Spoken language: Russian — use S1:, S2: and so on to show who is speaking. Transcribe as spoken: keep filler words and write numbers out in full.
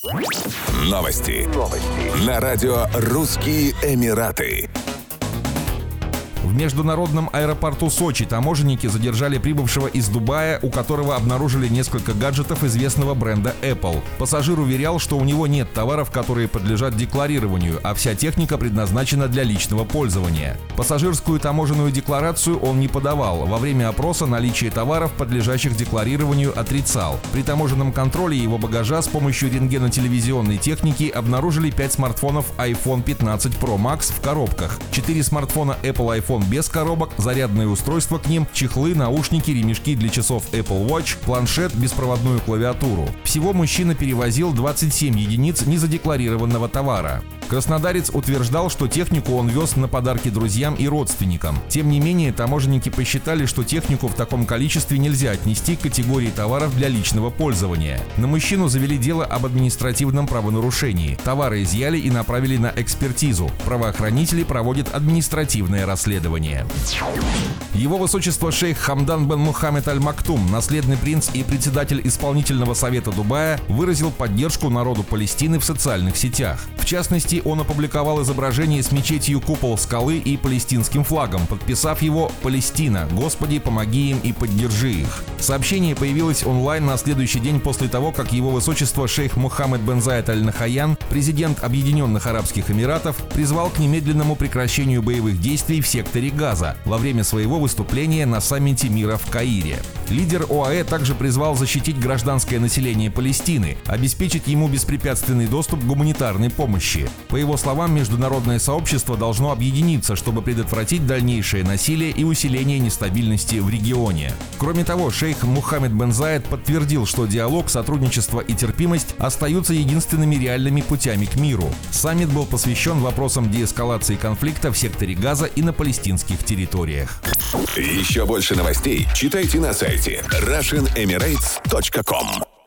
S1: Новости. Новости. На радио «Русские Эмираты».
S2: В международном аэропорту Сочи таможенники задержали прибывшего из Дубая, у которого обнаружили несколько гаджетов известного бренда Apple. Пассажир уверял, что у него нет товаров, которые подлежат декларированию, а вся техника предназначена для личного пользования. Пассажирскую таможенную декларацию он не подавал. Во время опроса наличие товаров, подлежащих декларированию, отрицал. При таможенном контроле его багажа с помощью рентгенотелевизионной техники обнаружили пять смартфонов айфон пятнадцать про макс в коробках, четыре смартфона Apple iPhone без коробок, зарядные устройства к ним, чехлы, наушники, ремешки для часов Apple Watch, планшет, беспроводную клавиатуру. Всего мужчина перевозил двадцать семь единиц незадекларированного товара. Краснодарец утверждал, что технику он вез на подарки друзьям и родственникам. Тем не менее, таможенники посчитали, что технику в таком количестве нельзя отнести к категории товаров для личного пользования. На мужчину завели дело об административном правонарушении. Товары изъяли и направили на экспертизу. Правоохранители проводят административное расследование. Его высочество шейх Хамдан бен Мухаммед Аль-Мактум, наследный принц и председатель исполнительного совета Дубая, выразил поддержку народу Палестины в социальных сетях. В частности, он опубликовал изображение с мечетью Купол Скалы и палестинским флагом, подписав его «Палестина. Господи, помоги им и поддержи их». Сообщение появилось онлайн на следующий день после того, как его высочество шейх Мухаммед бен Заид Аль-Нахаян, президент Объединенных Арабских Эмиратов, призвал к немедленному прекращению боевых действий в секторе Газа во время своего выступления на саммите мира в Каире. Лидер ОАЭ также призвал защитить гражданское население Палестины, обеспечить ему беспрепятственный доступ к гуманитарной помощи. По его словам, международное сообщество должно объединиться, чтобы предотвратить дальнейшее насилие и усиление нестабильности в регионе. Кроме того, шейх Мухаммед бен Заид подтвердил, что диалог, сотрудничество и терпимость остаются единственными реальными путями к миру. Саммит был посвящен вопросам деэскалации конфликта в секторе Газа и на палестинских территориях.
S1: Еще больше новостей читайте на сайте Russian Emirates точка ком.